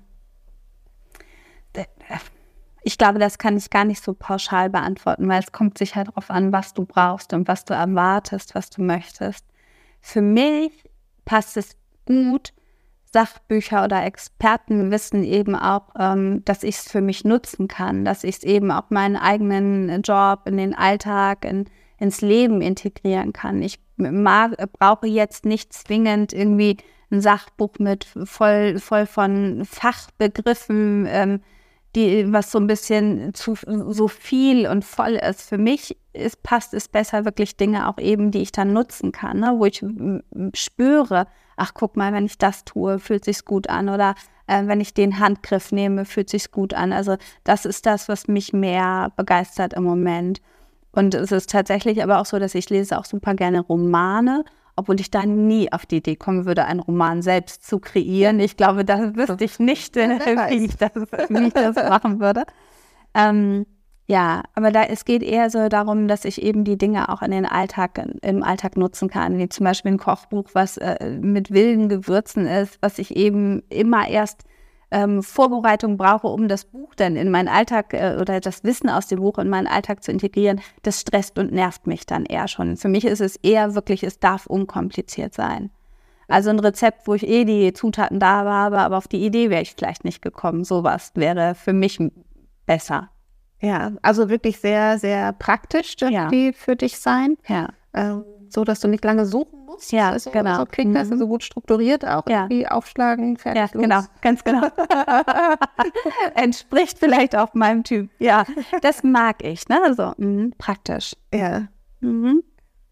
[SPEAKER 3] Ich glaube, das kann ich gar nicht so pauschal beantworten, weil es kommt sicher darauf an, was du brauchst und was du erwartest, was du möchtest. Für mich passt es gut, Sachbücher oder Expertenwissen eben auch, ähm, dass ich es für mich nutzen kann, dass ich es eben auch meinen eigenen Job, in den Alltag, in, ins Leben integrieren kann. Ich mag, brauche jetzt nicht zwingend irgendwie ein Sachbuch mit voll, voll von Fachbegriffen, ähm, die, was so ein bisschen zu so viel und voll ist. Für mich ist, passt es besser wirklich Dinge auch eben, die ich dann nutzen kann, ne? Wo ich m- spüre, ach guck mal, wenn ich das tue, fühlt sich's gut an oder äh, wenn ich den Handgriff nehme, fühlt sich's gut an. Also das ist das, was mich mehr begeistert im Moment. Und es ist tatsächlich aber auch so, dass ich lese auch super gerne Romane, obwohl ich da nie auf die Idee kommen würde, einen Roman selbst zu kreieren. Ich glaube, da wüsste ich nicht, äh, wie, ich das, wie ich das machen würde. Ähm, ja, aber da, es geht eher so darum, dass ich eben die Dinge auch in den Alltag, im Alltag nutzen kann, wie zum Beispiel ein Kochbuch, was äh, mit wilden Gewürzen ist, was ich eben immer erst ähm, Vorbereitung brauche, um das Buch dann in meinen Alltag äh, oder das Wissen aus dem Buch in meinen Alltag zu integrieren, das stresst und nervt mich dann eher schon. Für mich ist es eher wirklich, es darf unkompliziert sein. Also ein Rezept, wo ich eh die Zutaten da habe, aber auf die Idee wäre ich vielleicht nicht gekommen. Sowas wäre für mich besser.
[SPEAKER 1] Ja, also wirklich sehr, sehr praktisch
[SPEAKER 3] Ja.
[SPEAKER 1] die für dich sein.
[SPEAKER 3] Ja.
[SPEAKER 1] Ähm, so, dass du nicht lange suchen musst.
[SPEAKER 3] Ja,
[SPEAKER 1] also,
[SPEAKER 3] genau.
[SPEAKER 1] So klingt das
[SPEAKER 3] Mhm.
[SPEAKER 1] so gut strukturiert auch.
[SPEAKER 3] Ja.
[SPEAKER 1] Irgendwie aufschlagen, fertig,
[SPEAKER 3] Ja,
[SPEAKER 1] los.
[SPEAKER 3] genau, ganz genau. Entspricht vielleicht auch meinem Typ. Ja, das mag ich, ne? Also mh, praktisch.
[SPEAKER 1] Ja.
[SPEAKER 3] Mhm.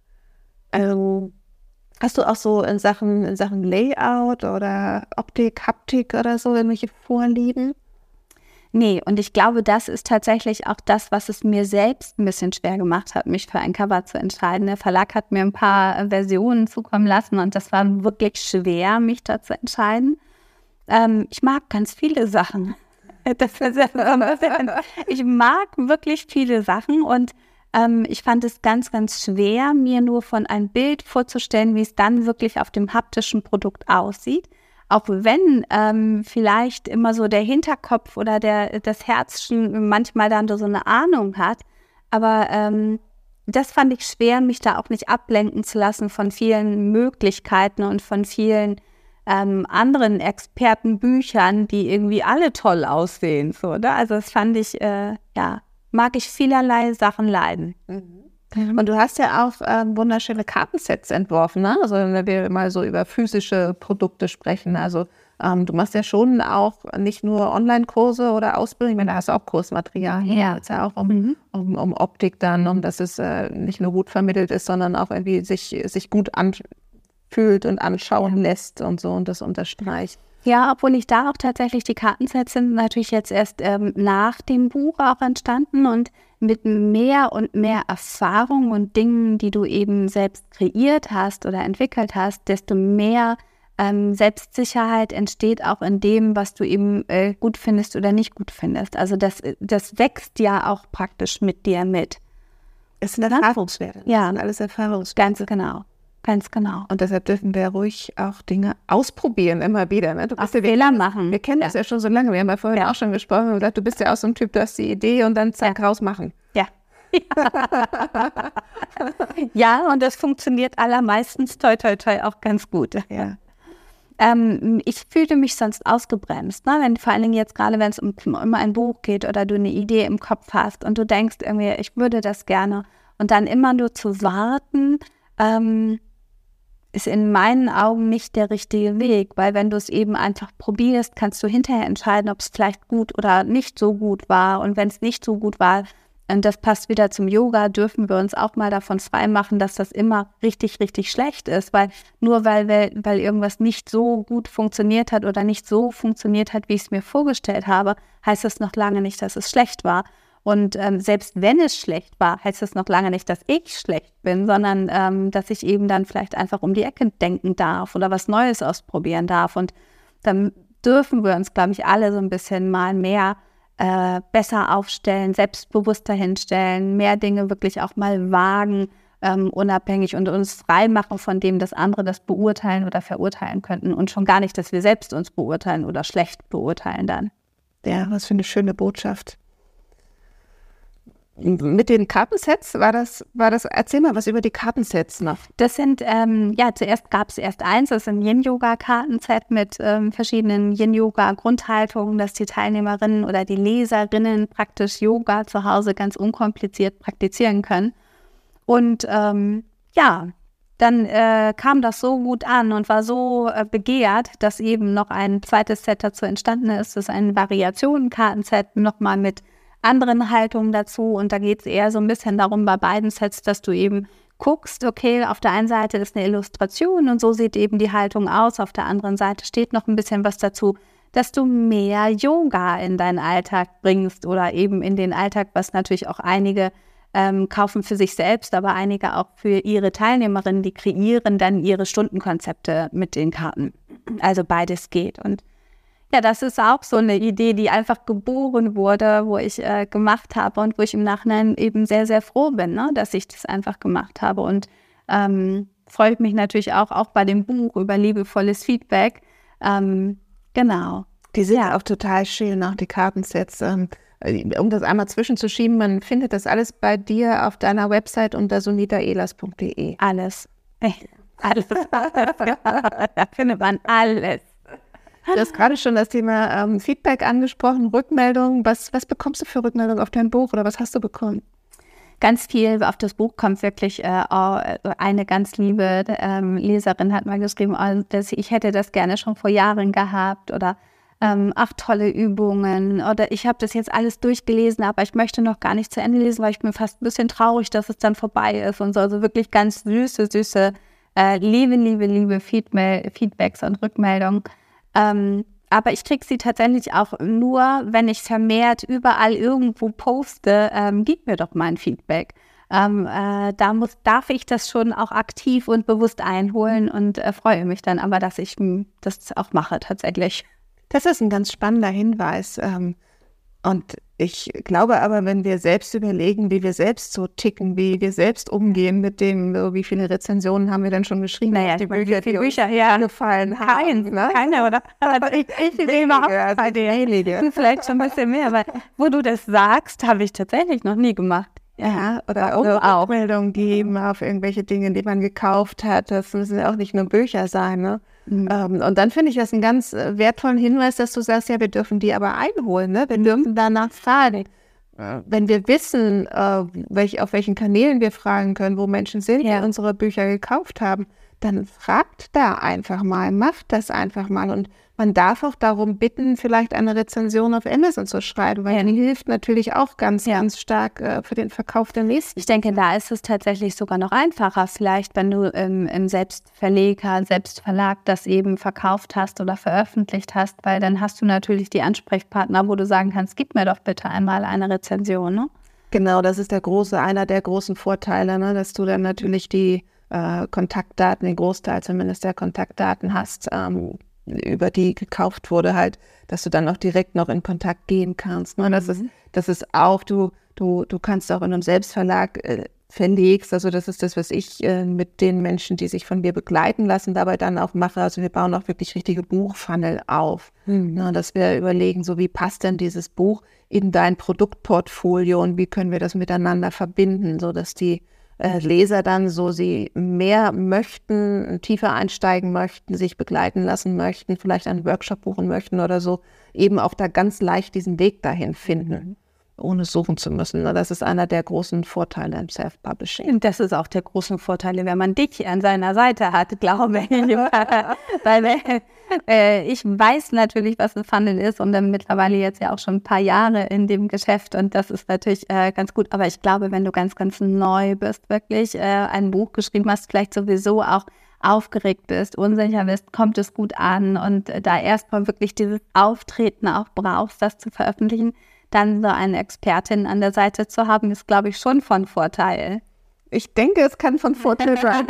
[SPEAKER 1] Ähm, hast du auch so in Sachen, in Sachen Layout oder Optik, Haptik oder so irgendwelche Vorlieben?
[SPEAKER 3] Nee, und ich glaube, das ist tatsächlich auch das, was es mir selbst ein bisschen schwer gemacht hat, mich für ein Cover zu entscheiden. Der Verlag hat mir ein paar äh, Versionen zukommen lassen und das war wirklich schwer, mich da zu entscheiden. Ähm, ich mag ganz viele Sachen. Das ist sehr, ich mag wirklich viele Sachen und ähm, ich fand es ganz, ganz schwer, mir nur von einem Bild vorzustellen, wie es dann wirklich auf dem haptischen Produkt aussieht. Auch wenn ähm, vielleicht immer so der Hinterkopf oder der, das Herzchen manchmal dann so eine Ahnung hat. Aber ähm, das fand ich schwer, mich da auch nicht ablenken zu lassen von vielen Möglichkeiten und von vielen ähm, anderen Expertenbüchern, die irgendwie alle toll aussehen. So, ne? Also das fand ich, äh, ja, mag ich vielerlei Sachen leiden.
[SPEAKER 1] Mhm. Und du hast ja auch ähm, wunderschöne Kartensets entworfen, ne? Also wenn wir mal so über physische Produkte sprechen. Also ähm, du machst ja schon auch nicht nur Online-Kurse oder Ausbildung, ich meine, da hast du auch Kursmaterial.
[SPEAKER 3] Ja.
[SPEAKER 1] Es ja auch um, mhm. um, um Optik dann, um dass es äh, nicht nur gut vermittelt ist, sondern auch irgendwie sich, sich gut anfühlt und anschauen ja. lässt und so und das unterstreicht.
[SPEAKER 3] Ja, obwohl ich da auch tatsächlich, die Kartensets sind natürlich jetzt erst ähm, nach dem Buch auch entstanden und mit mehr und mehr Erfahrung und Dingen, die du eben selbst kreiert hast oder entwickelt hast, desto mehr ähm, Selbstsicherheit entsteht auch in dem, was du eben äh, gut findest oder nicht gut findest. Also das, das wächst ja auch praktisch mit dir mit.
[SPEAKER 1] Es sind Erfahrungswerte.
[SPEAKER 3] Ja,
[SPEAKER 1] das sind alles Erfahrungswerte.
[SPEAKER 3] Ganz genau. Ganz genau.
[SPEAKER 1] Und deshalb dürfen wir ruhig auch Dinge ausprobieren, immer wieder. Ne? Du
[SPEAKER 3] bist ja, Fehler machen.
[SPEAKER 1] Wir kennen ja. das ja schon so lange. Wir haben ja vorhin ja. auch schon gesprochen und gesagt, du bist ja auch so ein Typ, du hast die Idee und dann zack, ja. rausmachen.
[SPEAKER 3] Ja. Ja, und das funktioniert allermeistens toi, toi, toi auch ganz gut.
[SPEAKER 1] Ja.
[SPEAKER 3] Ähm, ich fühlte mich sonst ausgebremst, ne? Wenn, vor allen Dingen jetzt gerade, wenn es um, um ein Buch geht oder du eine Idee im Kopf hast und du denkst irgendwie, ich würde das gerne und dann immer nur zu warten, ähm, ist in meinen Augen nicht der richtige Weg, weil wenn du es eben einfach probierst, kannst du hinterher entscheiden, ob es vielleicht gut oder nicht so gut war. Und wenn es nicht so gut war, und das passt wieder zum Yoga, dürfen wir uns auch mal davon freimachen, dass das immer richtig, richtig schlecht ist. Weil nur weil, wir, weil irgendwas nicht so gut funktioniert hat oder nicht so funktioniert hat, wie ich es mir vorgestellt habe, heißt das noch lange nicht, dass es schlecht war. Und ähm, selbst wenn es schlecht war, heißt das noch lange nicht, dass ich schlecht bin, sondern ähm, dass ich eben dann vielleicht einfach um die Ecke denken darf oder was Neues ausprobieren darf. Und dann dürfen wir uns, glaube ich, alle so ein bisschen mal mehr äh, besser aufstellen, selbstbewusster hinstellen, mehr Dinge wirklich auch mal wagen, ähm, unabhängig und uns frei machen von dem, dass andere das beurteilen oder verurteilen könnten. Und schon gar nicht, dass wir selbst uns beurteilen oder schlecht beurteilen dann.
[SPEAKER 1] Ja, was für eine schöne Botschaft. Mit den Kartensets war das, war das, erzähl mal was über die Kartensets noch.
[SPEAKER 3] Das sind, ähm, ja, zuerst gab es erst eins, das ist ein Yin-Yoga-Kartenset mit ähm, verschiedenen Yin-Yoga-Grundhaltungen, dass die Teilnehmerinnen oder die Leserinnen praktisch Yoga zu Hause ganz unkompliziert praktizieren können. Und ähm, ja, dann äh, kam das so gut an und war so äh, begehrt, dass eben noch ein zweites Set dazu entstanden ist. Das ist ein Variationen-Kartenset, nochmal mit anderen Haltungen dazu und da geht es eher so ein bisschen darum bei beiden Sets, dass du eben guckst, okay, auf der einen Seite ist eine Illustration und so sieht eben die Haltung aus, auf der anderen Seite steht noch ein bisschen was dazu, dass du mehr Yoga in deinen Alltag bringst oder eben in den Alltag, was natürlich auch einige ähm, kaufen für sich selbst, aber einige auch für ihre Teilnehmerinnen, die kreieren dann ihre Stundenkonzepte mit den Karten. Also beides geht und ja, das ist auch so eine Idee, die einfach geboren wurde, wo ich äh, gemacht habe und wo ich im Nachhinein eben sehr, sehr froh bin, ne, dass ich das einfach gemacht habe. Und ähm, freut mich natürlich auch, auch bei dem Buch über liebevolles Feedback. Ähm, genau.
[SPEAKER 1] Die sind ja auch total schön, auch die Kartensets. Ähm, um das einmal zwischenzuschieben, man findet das alles bei dir auf deiner Website unter sunita ehlers punkt de.
[SPEAKER 3] Alles. Alles. Da findet man alles.
[SPEAKER 1] Du hast gerade schon das Thema ähm, Feedback angesprochen, Rückmeldungen. Was, was bekommst du für Rückmeldungen auf dein Buch oder was hast du bekommen?
[SPEAKER 3] Ganz viel auf das Buch kommt wirklich, äh, eine ganz liebe ähm, Leserin hat mal geschrieben, also, dass ich hätte das gerne schon vor Jahren gehabt oder ähm, ach, tolle Übungen oder ich habe das jetzt alles durchgelesen, aber ich möchte noch gar nicht zu Ende lesen, weil ich bin fast ein bisschen traurig, dass es dann vorbei ist und so. Also wirklich ganz süße, süße, äh, liebe, liebe, liebe Feedma- Feedbacks und Rückmeldungen. Ähm, aber ich kriege sie tatsächlich auch nur, wenn ich vermehrt überall irgendwo poste, ähm, gib mir doch mal ein Feedback. Ähm, äh, da muss, darf ich das schon auch aktiv und bewusst einholen und äh, freue mich dann aber, dass ich m, das auch mache tatsächlich.
[SPEAKER 1] Das ist ein ganz spannender Hinweis. Ähm, und ich glaube aber, wenn wir selbst überlegen, wie wir selbst so ticken, wie wir selbst umgehen mit dem, so wie viele Rezensionen haben wir denn schon geschrieben?
[SPEAKER 3] Naja,
[SPEAKER 1] die
[SPEAKER 3] meine,
[SPEAKER 1] Bücher,
[SPEAKER 3] die
[SPEAKER 1] die
[SPEAKER 3] Bücher,
[SPEAKER 1] uns
[SPEAKER 3] ja.
[SPEAKER 1] gefallen haben.
[SPEAKER 3] Kein,
[SPEAKER 1] Ne?
[SPEAKER 3] Keine, oder? Also ich ich sehe überhaupt bei dir. Vielleicht schon ein bisschen mehr, weil wo du das sagst, habe ich tatsächlich noch nie gemacht.
[SPEAKER 1] Ja, oder
[SPEAKER 3] Also
[SPEAKER 1] auch Rückmeldungen geben auf irgendwelche Dinge, die man gekauft hat. Das müssen ja auch nicht nur Bücher sein, ne? Mhm. Ähm, und dann finde ich das einen ganz äh, wertvollen Hinweis, dass du sagst, ja, wir dürfen die aber einholen, ne? Wir dürfen danach fragen. Äh, wenn wir wissen, äh, welch, auf welchen Kanälen wir fragen können, wo Menschen sind,
[SPEAKER 3] Ja.
[SPEAKER 1] die unsere Bücher gekauft haben, dann fragt da einfach mal, macht das einfach mal. Und man darf auch darum bitten, vielleicht eine Rezension auf Amazon zu schreiben, weil
[SPEAKER 3] Ja.
[SPEAKER 1] die hilft natürlich auch ganz,
[SPEAKER 3] Ja.
[SPEAKER 1] ganz stark äh, für den Verkauf der nächsten.
[SPEAKER 3] Ich denke, da ist es tatsächlich sogar noch einfacher, vielleicht, wenn du ähm, im Selbstverleger, Selbstverlag das eben verkauft hast oder veröffentlicht hast, weil dann hast du natürlich die Ansprechpartner, wo du sagen kannst, gib mir doch bitte einmal eine Rezension, ne?
[SPEAKER 1] Genau, das ist der große, einer der großen Vorteile, ne, dass du dann natürlich die äh, Kontaktdaten, den Großteil zumindest der Kontaktdaten hast, ähm, über die gekauft wurde, halt, dass du dann auch direkt noch in Kontakt gehen kannst. Ne? Das ist, das ist auch, du, du, du kannst auch in einem Selbstverlag äh, verlegst, also das ist das, was ich äh, mit den Menschen, die sich von mir begleiten lassen, dabei dann auch mache. Also wir bauen auch wirklich richtige Buchfunnel auf. Mhm. Ne? Dass wir überlegen, so wie passt denn dieses Buch in dein Produktportfolio und wie können wir das miteinander verbinden, sodass die äh, Leser dann, so sie mehr möchten, tiefer einsteigen möchten, sich begleiten lassen möchten, vielleicht einen Workshop buchen möchten oder so, eben auch da ganz leicht diesen Weg dahin finden, ohne suchen zu müssen. Das ist einer der großen Vorteile im Self-Publishing.
[SPEAKER 3] Und das ist auch der große Vorteil, wenn man dich an seiner Seite hat, glaube ich. Weil äh, ich weiß natürlich, was ein Funnel ist und dann mittlerweile jetzt ja auch schon ein paar Jahre in dem Geschäft und das ist natürlich äh, ganz gut. Aber ich glaube, wenn du ganz, ganz neu bist, wirklich äh, ein Buch geschrieben hast, vielleicht sowieso auch aufgeregt bist, unsicher bist, kommt es gut an und äh, da erstmal wirklich dieses Auftreten auch brauchst, das zu veröffentlichen, dann so eine Expertin an der Seite zu haben, ist, glaube ich, schon von Vorteil.
[SPEAKER 1] Ich denke, es kann von Vorteil sein.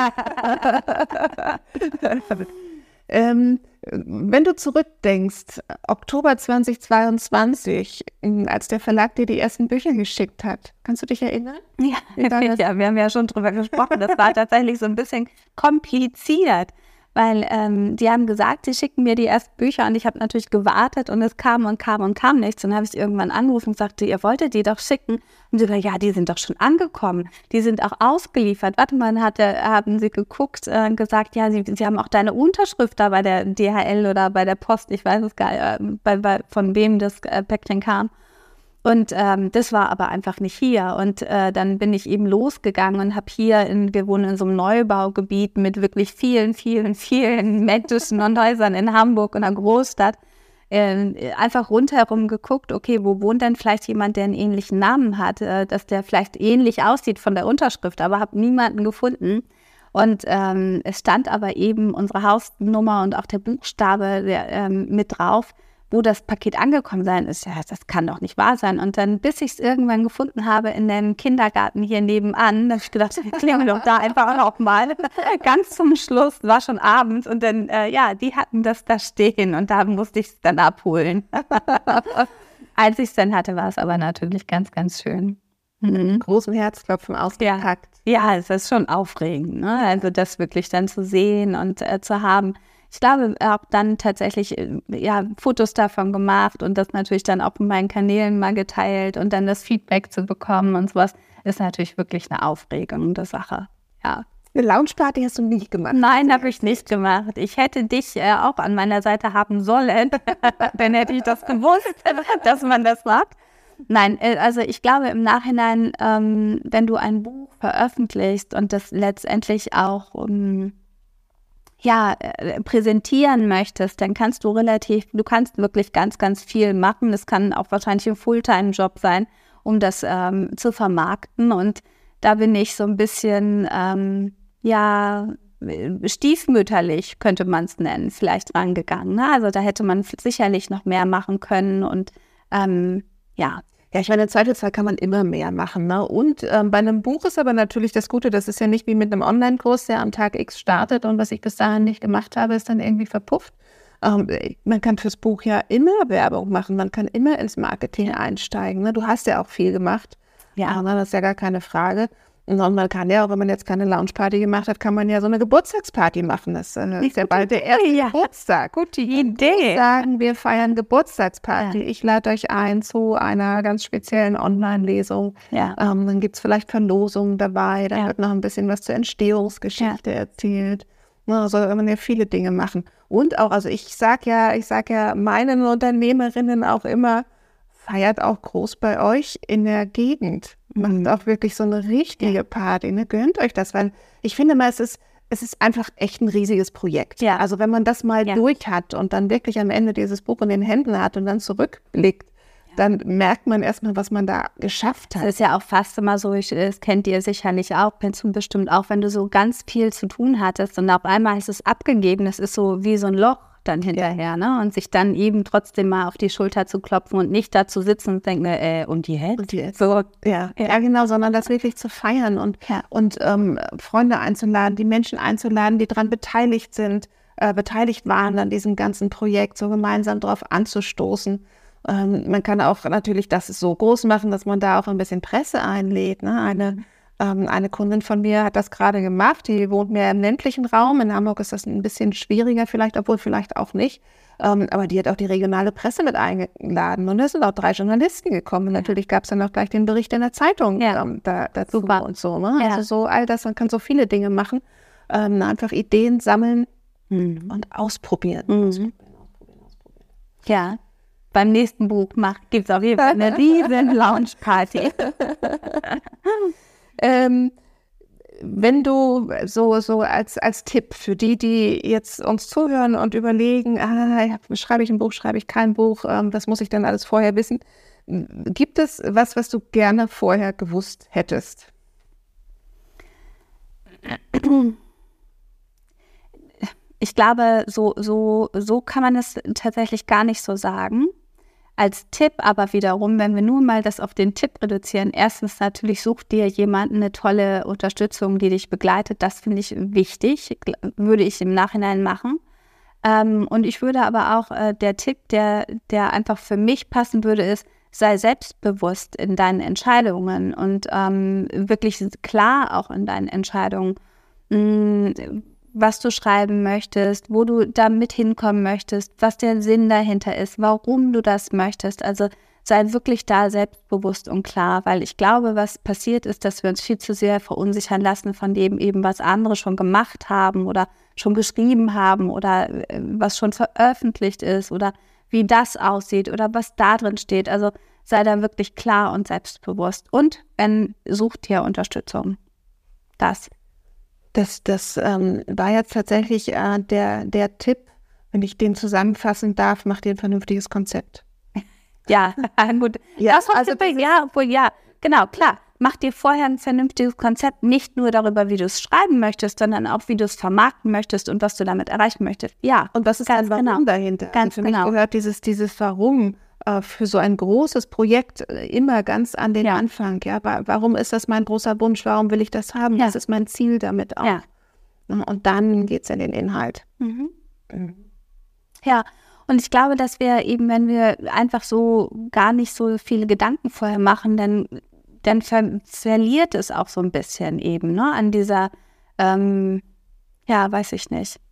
[SPEAKER 1] ähm, wenn du zurückdenkst, Oktober zweitausendzweiundzwanzig, als der Verlag dir die ersten Bücher geschickt hat, kannst du dich erinnern?
[SPEAKER 3] Ja, ja, wir haben ja schon drüber gesprochen. Das war tatsächlich so ein bisschen kompliziert. Weil ähm, die haben gesagt, sie schicken mir die ersten Bücher und ich habe natürlich gewartet und es kam und kam und kam nichts. Und dann habe ich irgendwann angerufen und sagte, ihr wolltet die doch schicken. Und sie sagten, ja, die sind doch schon angekommen. Die sind auch ausgeliefert. Warte mal, dann hat der, haben sie geguckt und äh, gesagt, ja, sie, sie haben auch deine Unterschrift da bei der D H L oder bei der Post. Ich weiß es gar nicht, äh, bei, bei, von wem das äh, Päckchen kam. Und ähm, das war aber einfach nicht hier. Und äh, dann bin ich eben losgegangen und habe hier, in, wir wohnen in so einem Neubaugebiet mit wirklich vielen, vielen, vielen Menschen und Häusern in Hamburg, in einer Großstadt, äh, einfach rundherum geguckt, okay, wo wohnt denn vielleicht jemand, der einen ähnlichen Namen hat, äh, dass der vielleicht ähnlich aussieht von der Unterschrift, aber habe niemanden gefunden. Und ähm, es stand aber eben unsere Hausnummer und auch der Buchstabe der, ähm, mit drauf, wo das Paket angekommen sein ist. Ja, das kann doch nicht wahr sein. Und dann, bis ich es irgendwann gefunden habe in dem Kindergarten hier nebenan, habe ich gedacht, klingeln wir doch da einfach auch mal. Ganz zum Schluss, war schon abends und dann, äh, ja, die hatten das da stehen und da musste ich es dann abholen. Als ich es dann hatte, war es aber natürlich ganz, ganz schön.
[SPEAKER 1] Mhm. Großen Herzklopfen ausgepackt.
[SPEAKER 3] Ja, ja, es ist schon aufregend, ne? Also das wirklich dann zu sehen und äh, zu haben. ich glaube, auch dann tatsächlich ja Fotos davon gemacht und das natürlich dann auch in meinen Kanälen mal geteilt und dann das Feedback zu bekommen und sowas, ist natürlich wirklich eine aufregende Sache, ja.
[SPEAKER 1] Eine Loungeparty hast du nicht gemacht?
[SPEAKER 3] Nein, habe ich nicht gemacht. Ich hätte dich äh, auch an meiner Seite haben sollen. Dann hätte ich das gewusst, dass man das macht. Nein, äh, also ich glaube im Nachhinein, ähm, wenn du ein Buch veröffentlichst und das letztendlich auch um, ja, äh, präsentieren möchtest, dann kannst du relativ, du kannst wirklich ganz, ganz viel machen. Das kann auch wahrscheinlich ein Fulltime-Job sein, um das ähm, zu vermarkten. Und da bin ich so ein bisschen, ähm, ja, stiefmütterlich, könnte man es nennen, vielleicht rangegangen. Ne? Also da hätte man sicherlich noch mehr machen können und ähm, ja.
[SPEAKER 1] Ja, ich meine, in Zweifelsfall kann man immer mehr machen. Ne? Und ähm, bei einem Buch ist aber natürlich das Gute, das ist ja nicht wie mit einem Online-Kurs, der am Tag X startet und was ich bis dahin nicht gemacht habe, ist dann irgendwie verpufft. Ähm, man kann fürs Buch ja immer Werbung machen, man kann immer ins Marketing einsteigen. Ne? Du hast ja auch viel gemacht.
[SPEAKER 3] Ja.
[SPEAKER 1] Das ist ja gar keine Frage. Und man kann ja, auch wenn man jetzt keine Loungeparty gemacht hat, kann man ja so eine Geburtstagsparty machen. Das äh, ist ja bald der erste
[SPEAKER 3] ja.
[SPEAKER 1] Geburtstag.
[SPEAKER 3] Gute Idee.
[SPEAKER 1] Sagen, wir feiern Geburtstagsparty. Ja. Ich lade euch ein zu einer ganz speziellen Online-Lesung.
[SPEAKER 3] Ja.
[SPEAKER 1] Ähm, dann gibt es vielleicht Verlosungen dabei. Dann ja. wird noch ein bisschen was zur Entstehungsgeschichte ja. erzählt. Also man ja viele Dinge machen. Und auch, also ich sag ja, ich sag ja meinen Unternehmerinnen auch immer, feiert auch groß bei euch in der Gegend. Macht auch wirklich so eine richtige Party. Ne? Gönnt euch das, weil ich finde mal, es ist, es ist einfach echt ein riesiges Projekt.
[SPEAKER 3] Ja.
[SPEAKER 1] Also wenn man das mal ja. durch hat und dann wirklich am Ende dieses Buch in den Händen hat und dann zurückblickt, ja. dann merkt man erstmal, was man da geschafft hat.
[SPEAKER 3] Das ist ja auch fast immer so, ich, das kennt ihr sicherlich auch, kennst du bestimmt auch, wenn du so ganz viel zu tun hattest und auf einmal ist es abgegeben, das ist so wie so ein Loch dann hinterher, ne? Und sich dann eben trotzdem mal auf die Schulter zu klopfen und nicht da zu sitzen und denken, äh, und die jetzt?
[SPEAKER 1] Und die jetzt?
[SPEAKER 3] So,
[SPEAKER 1] ja. Ja. ja, genau, sondern das wirklich zu feiern und, ja. und ähm, Freunde einzuladen, die Menschen einzuladen, die daran beteiligt sind, äh, beteiligt waren an diesem ganzen Projekt, so gemeinsam drauf anzustoßen. Ähm, man kann auch natürlich das so groß machen, dass man da auch ein bisschen Presse einlädt, ne? Eine Eine Kundin von mir hat das gerade gemacht, die wohnt mehr im ländlichen Raum. In Hamburg ist das ein bisschen schwieriger vielleicht, obwohl vielleicht auch nicht. Aber die hat auch die regionale Presse mit eingeladen und es sind auch drei Journalisten gekommen. Und natürlich gab es dann auch gleich den Bericht in der Zeitung ja. da, dazu Super. Und so. Ne? Ja. Also so all das, man kann so viele Dinge machen. Ähm, einfach Ideen sammeln mhm. und ausprobieren. Mhm. ausprobieren. Ausprobieren, ausprobieren.
[SPEAKER 3] Ja, beim nächsten Buch gibt es auf jeden Fall eine riesen Lounge-Party.
[SPEAKER 1] Ähm, wenn du so, so als, als Tipp für die, die jetzt uns zuhören und überlegen, ah, schreibe ich ein Buch, schreibe ich kein Buch, ähm, das muss ich dann alles vorher wissen. Gibt es was, was du gerne vorher gewusst hättest?
[SPEAKER 3] Ich glaube, so, so, so kann man es tatsächlich gar nicht so sagen. Als Tipp aber wiederum, wenn wir nur mal das auf den Tipp reduzieren, erstens natürlich such dir jemanden eine tolle Unterstützung, die dich begleitet. Das finde ich wichtig, würde ich im Nachhinein machen. Ähm, und ich würde aber auch, äh, der Tipp, der, der einfach für mich passen würde, ist, sei selbstbewusst in deinen Entscheidungen und ähm, wirklich klar auch in deinen Entscheidungen, mh, was du schreiben möchtest, wo du damit hinkommen möchtest, was der Sinn dahinter ist, warum du das möchtest. Also sei wirklich da selbstbewusst und klar, weil ich glaube, was passiert ist, dass wir uns viel zu sehr verunsichern lassen von dem eben, was andere schon gemacht haben oder schon geschrieben haben oder äh, was schon veröffentlicht ist oder wie das aussieht oder was da drin steht. Also sei da wirklich klar und selbstbewusst. Und wenn, such dir Unterstützung. Das.
[SPEAKER 1] Das, das ähm, war jetzt tatsächlich äh, der, der Tipp, wenn ich den zusammenfassen darf, mach dir ein vernünftiges Konzept.
[SPEAKER 3] Ja, gut.
[SPEAKER 1] Ja,
[SPEAKER 3] das also das ja, obwohl, ja, genau, klar. Mach dir vorher ein vernünftiges Konzept, nicht nur darüber, wie du es schreiben möchtest, sondern auch, wie du es vermarkten möchtest und was du damit erreichen möchtest. Ja,
[SPEAKER 1] und was ist dein Warum genau. dahinter?
[SPEAKER 3] Ganz
[SPEAKER 1] also für
[SPEAKER 3] genau.
[SPEAKER 1] mich gehört dieses, dieses Warum äh, für so ein großes Projekt äh, immer ganz an den ja. Anfang. Ja, warum ist das mein großer Wunsch? Warum will ich das haben? Ja. Was ist mein Ziel damit auch? Ja. Und dann geht es in den Inhalt.
[SPEAKER 3] Mhm. Mhm. Ja, und ich glaube, dass wir eben, wenn wir einfach so gar nicht so viele Gedanken vorher machen, dann, dann ver- verliert es auch so ein bisschen eben, ne, an dieser, ähm, ja, weiß ich nicht,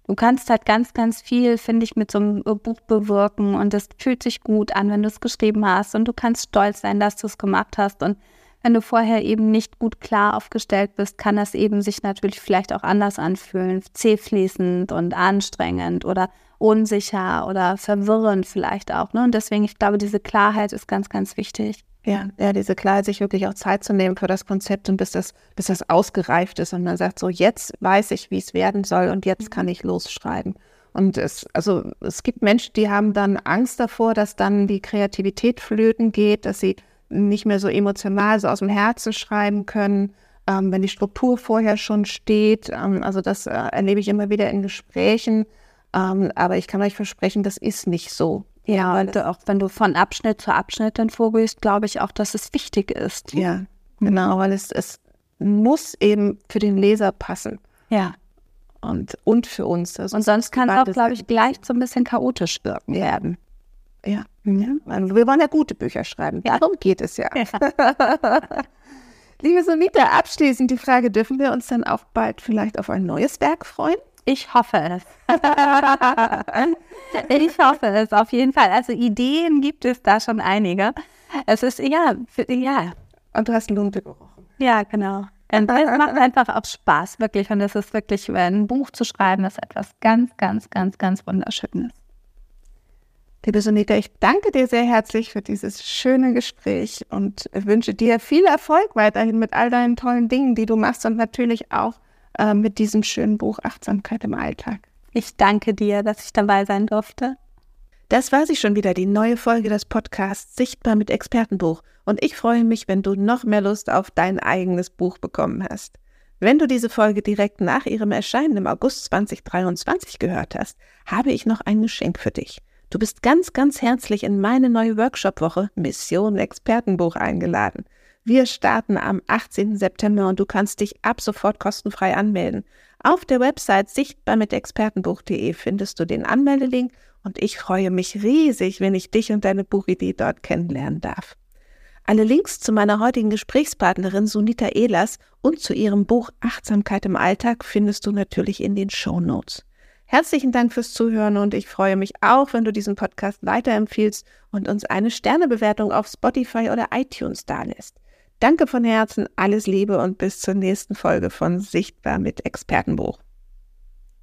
[SPEAKER 3] Du kannst halt ganz, ganz viel, finde ich, mit so einem Buch bewirken und es fühlt sich gut an, wenn du es geschrieben hast und du kannst stolz sein, dass du es gemacht hast. Und wenn du vorher eben nicht gut klar aufgestellt bist, kann das eben sich natürlich vielleicht auch anders anfühlen, zähfließend und anstrengend oder unsicher oder verwirrend vielleicht auch. Ne? Und deswegen, ich glaube, diese Klarheit ist ganz, ganz wichtig.
[SPEAKER 1] Ja, ja, diese Klarheit, sich wirklich auch Zeit zu nehmen für das Konzept und bis das, bis das ausgereift ist und man sagt so, jetzt weiß ich, wie es werden soll und jetzt kann ich losschreiben. Und es, also es gibt Menschen, die haben dann Angst davor, dass dann die Kreativität flöten geht, dass sie nicht mehr so emotional, so aus dem Herzen schreiben können, ähm, wenn die Struktur vorher schon steht. Ähm, also das äh, erlebe ich immer wieder in Gesprächen, ähm, aber ich kann euch versprechen, das ist nicht so.
[SPEAKER 3] Ja, weil du auch, wenn du von Abschnitt zu Abschnitt dann vorgehst, glaube ich auch, dass es wichtig ist.
[SPEAKER 1] Ja, genau, weil es, es muss eben für den Leser passen.
[SPEAKER 3] Ja.
[SPEAKER 1] Und, und für uns. Also
[SPEAKER 3] und sonst kann es auch, glaube ich, gleich so ein bisschen chaotisch wirken
[SPEAKER 1] ja.
[SPEAKER 3] werden.
[SPEAKER 1] Ja. ja. Also wir wollen ja gute Bücher schreiben.
[SPEAKER 3] Ja.
[SPEAKER 1] Darum geht es ja. ja. Liebe Sunita, abschließend die Frage, dürfen wir uns dann auch bald vielleicht auf ein neues Werk freuen?
[SPEAKER 3] Ich hoffe es. ich hoffe es, auf jeden Fall. Also Ideen gibt es da schon einige. Es ist, ja, für, ja.
[SPEAKER 1] Und du hast Lunte gerochen.
[SPEAKER 3] Ja, genau. Und es macht einfach auch Spaß, wirklich. Und es ist wirklich, ein Buch zu schreiben, ist etwas ganz, ganz, ganz, ganz Wunderschönes.
[SPEAKER 1] Liebe Sunita, ich danke dir sehr herzlich für dieses schöne Gespräch und wünsche dir viel Erfolg weiterhin mit all deinen tollen Dingen, die du machst und natürlich auch äh, mit diesem schönen Buch Achtsamkeit im Alltag.
[SPEAKER 3] Ich danke dir, dass ich dabei sein durfte.
[SPEAKER 1] Das war sie schon wieder, die neue Folge des Podcasts Sichtbar mit Expertenbuch. Und ich freue mich, wenn du noch mehr Lust auf dein eigenes Buch bekommen hast. Wenn du diese Folge direkt nach ihrem Erscheinen im August zwanzig dreiundzwanzig gehört hast, habe ich noch ein Geschenk für dich. Du bist ganz, ganz herzlich in meine neue Workshop-Woche Mission Expertenbuch eingeladen. Wir starten am achtzehnten September und du kannst dich ab sofort kostenfrei anmelden. Auf der Website sichtbar mit expertenbuch punkt de findest du den Anmeldelink und ich freue mich riesig, wenn ich dich und deine Buchidee dort kennenlernen darf. Alle Links zu meiner heutigen Gesprächspartnerin Sunita Ehlers und zu ihrem Buch Achtsamkeit im Alltag findest du natürlich in den Shownotes. Herzlichen Dank fürs Zuhören und ich freue mich auch, wenn du diesen Podcast weiterempfiehlst und uns eine Sternebewertung auf Spotify oder iTunes dalässt. Danke von Herzen, alles Liebe und bis zur nächsten Folge von Sichtbar mit Expertenbuch.